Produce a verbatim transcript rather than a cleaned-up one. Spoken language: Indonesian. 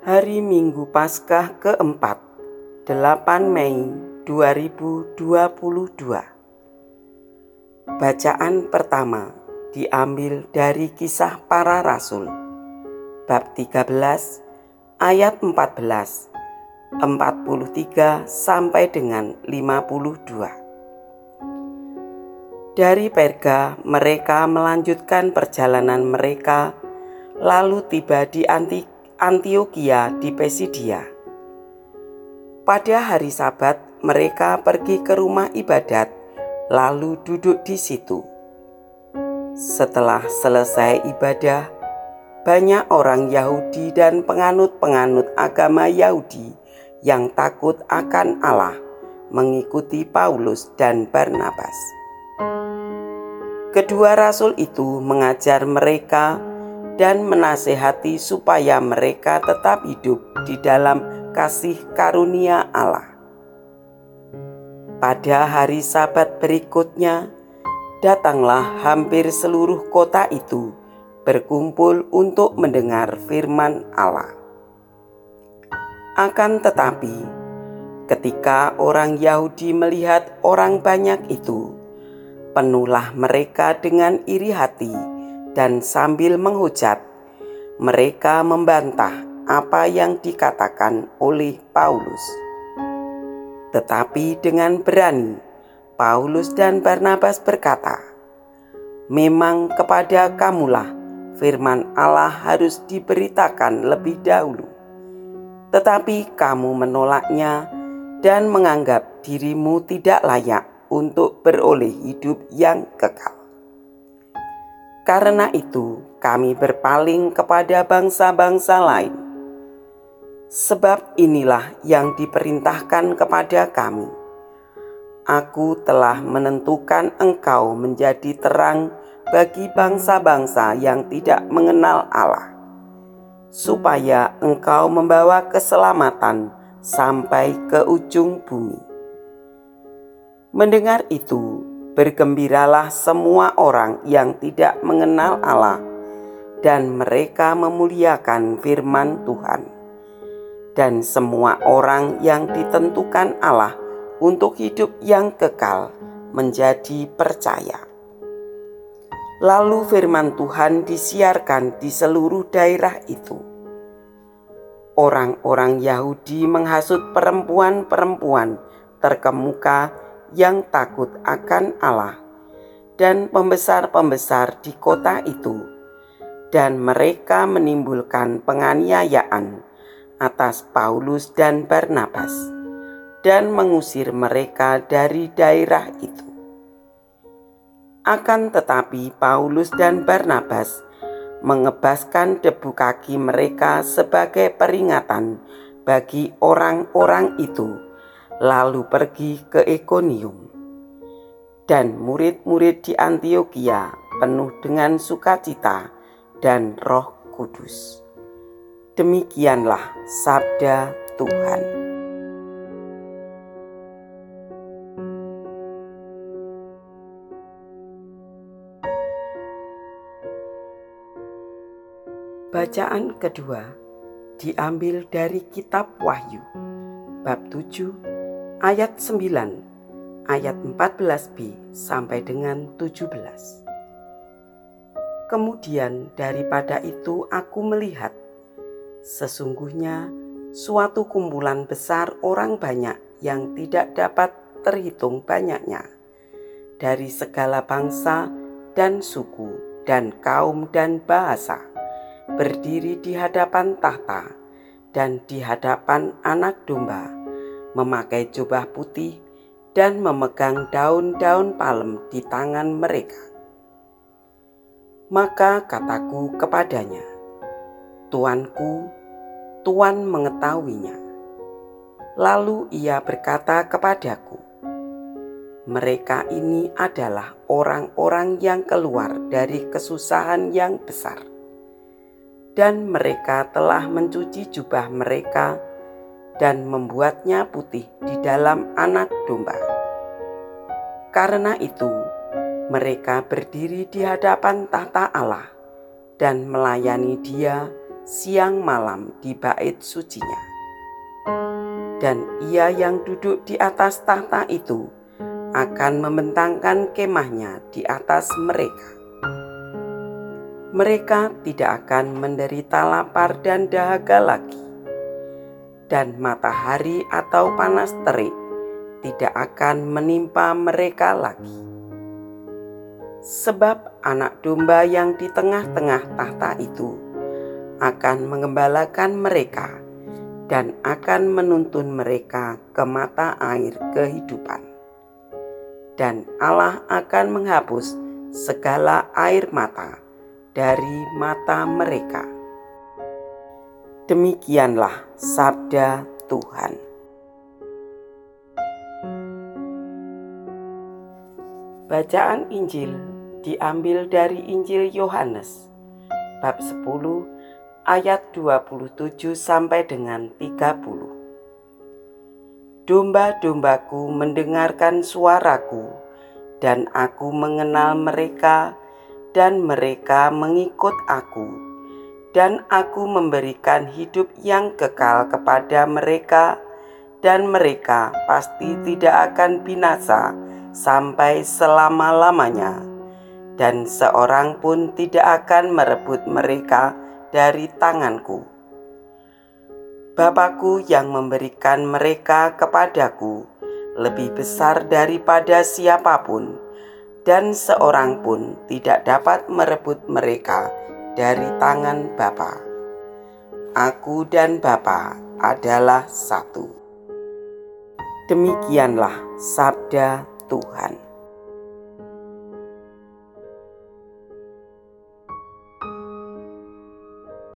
Hari Minggu Paskah keempat, delapan Mei dua ribu dua puluh dua. Bacaan pertama diambil dari Kisah Para Rasul, bab tiga belas, ayat empat belas, empat puluh tiga sampai dengan lima puluh dua. Dari Perga mereka melanjutkan perjalanan mereka, lalu tiba di Antiokhia di Pisidia. Pada hari Sabat mereka pergi ke rumah ibadat, lalu duduk di situ. Setelah selesai ibadah, banyak orang Yahudi dan penganut-penganut agama Yahudi yang takut akan Allah mengikuti Paulus dan Barnabas. Kedua rasul itu mengajar mereka dan menasihati supaya mereka tetap hidup di dalam kasih karunia Allah. Pada hari Sabat berikutnya, datanglah hampir seluruh kota itu berkumpul untuk mendengar firman Allah. Akan tetapi, ketika orang Yahudi melihat orang banyak itu, penuhlah mereka dengan iri hati, dan sambil menghujat, mereka membantah apa yang dikatakan oleh Paulus. Tetapi dengan berani, Paulus dan Barnabas berkata, "Memang kepada kamulah firman Allah harus diberitakan lebih dahulu, tetapi kamu menolaknya dan menganggap dirimu tidak layak untuk beroleh hidup yang kekal. Karena itu kami berpaling kepada bangsa-bangsa lain. Sebab inilah yang diperintahkan kepada kami. Aku telah menentukan engkau menjadi terang bagi bangsa-bangsa yang tidak mengenal Allah, supaya engkau membawa keselamatan sampai ke ujung bumi." Mendengar itu, bergembiralah semua orang yang tidak mengenal Allah, dan mereka memuliakan firman Tuhan. Dan semua orang yang ditentukan Allah untuk hidup yang kekal menjadi percaya. Lalu firman Tuhan disiarkan di seluruh daerah itu. Orang-orang Yahudi menghasut perempuan-perempuan terkemuka yang takut akan Allah dan pembesar-pembesar di kota itu, dan mereka menimbulkan penganiayaan atas Paulus dan Barnabas dan mengusir mereka dari daerah itu. Akan tetapi Paulus dan Barnabas mengebaskan debu kaki mereka sebagai peringatan bagi orang-orang itu, lalu pergi ke Ikonium. Dan murid-murid di Antiokhia penuh dengan sukacita dan Roh Kudus. Demikianlah sabda Tuhan. Bacaan kedua diambil dari kitab Wahyu, bab tujuh, ayat sembilan, ayat empat belas b sampai dengan tujuh belas. Kemudian daripada itu aku melihat, sesungguhnya suatu kumpulan besar orang banyak yang tidak dapat terhitung banyaknya, dari segala bangsa dan suku dan kaum dan bahasa, berdiri di hadapan tahta dan di hadapan Anak Domba, memakai jubah putih dan memegang daun-daun palem di tangan mereka. Maka kataku kepadanya, "Tuanku, Tuan mengetahuinya." Lalu ia berkata kepadaku, "Mereka ini adalah orang-orang yang keluar dari kesusahan yang besar, dan mereka telah mencuci jubah mereka dan membuatnya putih di dalam Anak Domba. Karena itu, mereka berdiri di hadapan tahta Allah dan melayani Dia siang malam di bait sucinya. Dan Ia yang duduk di atas tahta itu akan membentangkan kemahnya di atas mereka. Mereka tidak akan menderita lapar dan dahaga lagi, dan matahari atau panas terik tidak akan menimpa mereka lagi. Sebab anak domba yang di tengah-tengah tahta itu akan mengembalakan mereka dan akan menuntun mereka ke mata air kehidupan. Dan Allah akan menghapus segala air mata dari mata mereka. Demikianlah sabda Tuhan. Bacaan Injil diambil dari Injil Yohanes bab sepuluh ayat dua puluh tujuh sampai dengan tiga puluh. Domba-dombaku mendengarkan suaraku, dan aku mengenal mereka, dan mereka mengikut aku, dan aku memberikan hidup yang kekal kepada mereka, dan mereka pasti tidak akan binasa sampai selama-lamanya, dan seorang pun tidak akan merebut mereka dari tanganku. Bapakku yang memberikan mereka kepadaku lebih besar daripada siapapun, dan seorang pun tidak dapat merebut mereka dari tangan Bapa. Aku dan Bapa adalah satu. Demikianlah sabda Tuhan.